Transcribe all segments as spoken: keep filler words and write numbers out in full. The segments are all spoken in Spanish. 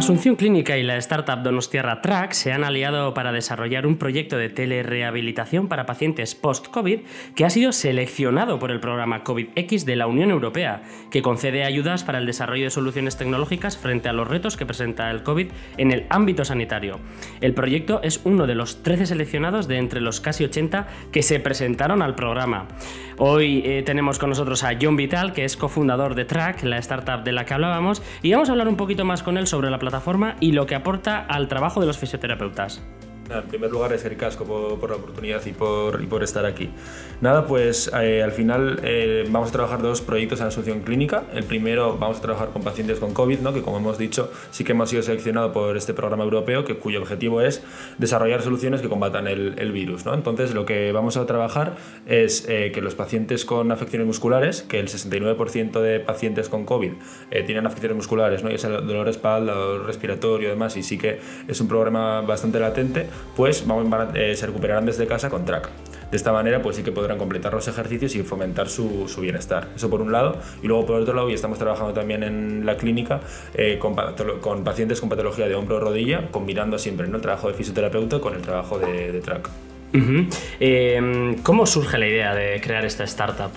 Asunción Clínica y la startup donostiarra Track se han aliado para desarrollar un proyecto de telerehabilitación para pacientes post-COVID que ha sido seleccionado por el programa COVID-X de la Unión Europea, que concede ayudas para el desarrollo de soluciones tecnológicas frente a los retos que presenta el COVID en el ámbito sanitario. El proyecto es uno de los trece seleccionados de entre los casi ochenta que se presentaron al programa. Hoy eh, tenemos con nosotros a Jon Vital, que es cofundador de Track, la startup de la que hablábamos, y vamos a hablar un poquito más con él sobre la plataforma y lo que aporta al trabajo de los fisioterapeutas. En primer lugar, es el casco por, por la oportunidad y por, y por estar aquí. Nada, pues eh, al final eh, vamos a trabajar dos proyectos en Asunción Clínica. El primero, vamos a trabajar con pacientes con COVID, ¿no? Que como hemos dicho, sí que hemos sido seleccionados por este programa europeo, que, cuyo objetivo es desarrollar soluciones que combatan el, el virus, ¿no? Entonces, lo que vamos a trabajar es eh, que los pacientes con afecciones musculares, que el sesenta y nueve por ciento de pacientes con COVID eh, tienen afecciones musculares, ¿no? Y es el dolor de espalda, dolor respiratorio y demás, y sí que es un problema bastante latente, pues vamos, van a, eh, se recuperarán desde casa con Track. De esta manera, pues sí que podrán completar los ejercicios y fomentar su, su bienestar. Eso por un lado. Y luego por otro lado, y estamos trabajando también en la clínica eh, con, con pacientes con patología de hombro o rodilla, combinando siempre, ¿no?, el trabajo de fisioterapeuta con el trabajo de, de Track. Uh-huh. Eh, ¿Cómo surge la idea de crear esta startup?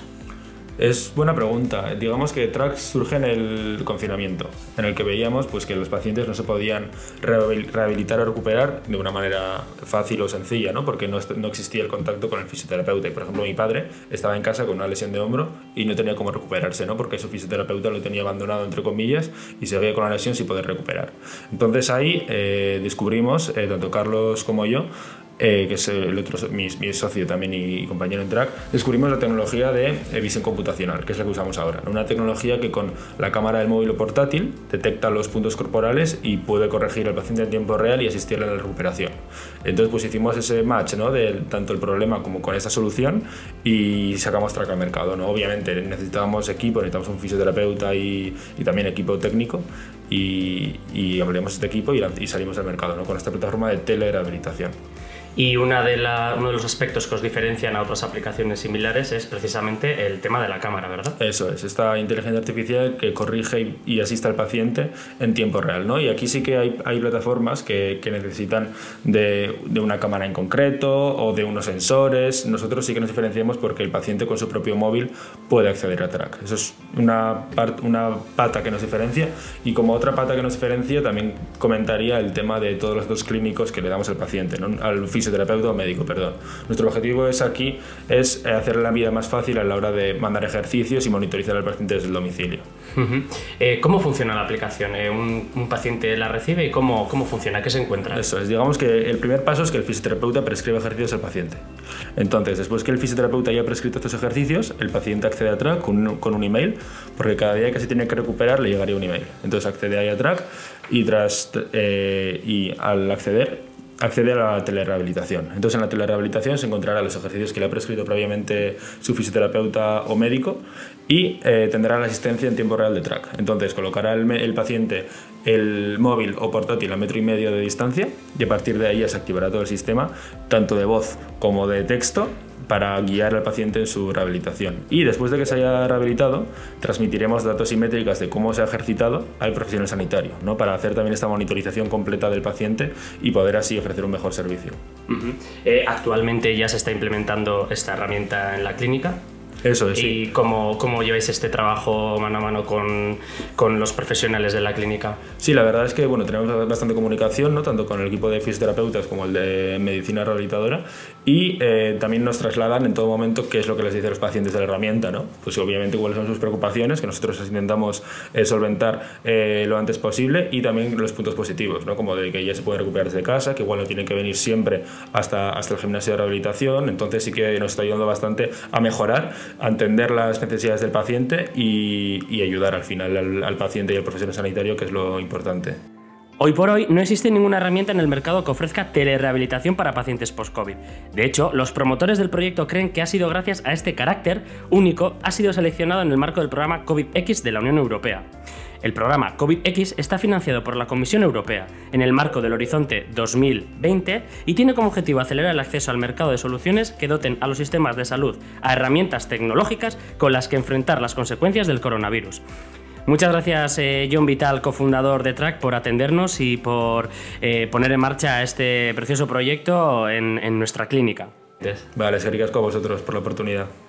Es buena pregunta. Digamos que Track surge en el confinamiento, en el que veíamos pues, que los pacientes no se podían rehabilitar o recuperar de una manera fácil o sencilla, ¿no? Porque no, no existía el contacto con el fisioterapeuta. Y, por ejemplo, mi padre estaba en casa con una lesión de hombro y no tenía cómo recuperarse, ¿no? Porque su fisioterapeuta lo tenía abandonado, entre comillas, y seguía con la lesión sin poder recuperar. Entonces ahí eh, descubrimos, eh, tanto Carlos como yo, Eh, que es el otro, mi, mi socio también y compañero en Track, descubrimos la tecnología de eh, visión computacional, que es la que usamos ahora. Una tecnología que con la cámara del móvil o portátil detecta los puntos corporales y puede corregir al paciente en tiempo real y asistirle a la recuperación. Entonces pues hicimos ese match, ¿no?, de tanto el problema como con esta solución y sacamos Track al mercado, ¿no? Obviamente necesitábamos equipo, necesitamos un fisioterapeuta y, y también equipo técnico y, y ampliamos este equipo y, y salimos al mercado, ¿no?, con esta plataforma de telerehabilitación. Y una de la, uno de los aspectos que os diferencian a otras aplicaciones similares es precisamente el tema de la cámara, ¿verdad? Eso es, esta inteligencia artificial que corrige y, y asiste al paciente en tiempo real, ¿no? Y aquí sí que hay, hay plataformas que, que necesitan de, de una cámara en concreto o de unos sensores. Nosotros sí que nos diferenciamos porque el paciente con su propio móvil puede acceder a Track. Eso es una, part, una pata que nos diferencia, y como otra pata que nos diferencia también comentaría el tema de todos los datos clínicos que le damos al paciente, ¿no?, al fisioterapeuta o médico, perdón. Nuestro objetivo es aquí es hacerle la vida más fácil a la hora de mandar ejercicios y monitorizar al paciente desde el domicilio. Uh-huh. Eh, ¿Cómo funciona la aplicación? Eh, un, un paciente la recibe y cómo, cómo funciona, ¿qué se encuentra? Eso es, digamos que el primer paso es que el fisioterapeuta prescribe ejercicios al paciente. Entonces, después que el fisioterapeuta haya prescrito estos ejercicios, el paciente accede a Track con un, con un email, porque cada día que se tiene que recuperar le llegaría un email. Entonces accede ahí a Track y, tras, eh, y al acceder accede a la telerehabilitación. Entonces en la telerehabilitación se encontrará los ejercicios que le ha prescrito previamente su fisioterapeuta o médico y eh, tendrá la asistencia en tiempo real de Track. Entonces colocará el, el paciente el móvil o portátil a metro y medio de distancia y a partir de ahí ya se activará todo el sistema, tanto de voz como de texto, para guiar al paciente en su rehabilitación. Y después de que se haya rehabilitado, transmitiremos datos y métricas de cómo se ha ejercitado al profesional sanitario, ¿no?, para hacer también esta monitorización completa del paciente y poder así ofrecer un mejor servicio. Uh-huh. Eh, actualmente ya se está implementando esta herramienta en la clínica. Eso es, ¿Y sí. cómo, cómo lleváis este trabajo mano a mano con, con los profesionales de la clínica? Sí, la verdad es que bueno, tenemos bastante comunicación, ¿no?, tanto con el equipo de fisioterapeutas como el de medicina rehabilitadora, y eh, también nos trasladan en todo momento qué es lo que les dice a los pacientes de la herramienta, ¿no? Pues obviamente cuáles son sus preocupaciones, que nosotros intentamos eh, solventar eh, lo antes posible, y también los puntos positivos, ¿no?, como de que ya se puede recuperar desde casa, que igual no tienen que venir siempre hasta, hasta el gimnasio de rehabilitación. Entonces sí que nos está ayudando bastante a mejorar, a entender las necesidades del paciente y, y ayudar al final al, al paciente y al profesional sanitario, que es lo importante. Hoy por hoy no existe ninguna herramienta en el mercado que ofrezca telerehabilitación para pacientes post-COVID. De hecho, los promotores del proyecto creen que ha sido gracias a este carácter único ha sido seleccionado en el marco del programa COVID-X de la Unión Europea. El programa COVID-X está financiado por la Comisión Europea en el marco del Horizonte dos mil veinte y tiene como objetivo acelerar el acceso al mercado de soluciones que doten a los sistemas de salud a herramientas tecnológicas con las que enfrentar las consecuencias del coronavirus. Muchas gracias, eh, Jon Vital, cofundador de Track, por atendernos y por eh, poner en marcha este precioso proyecto en, en nuestra clínica. Vale, eskerrik asko a vosotros por la oportunidad.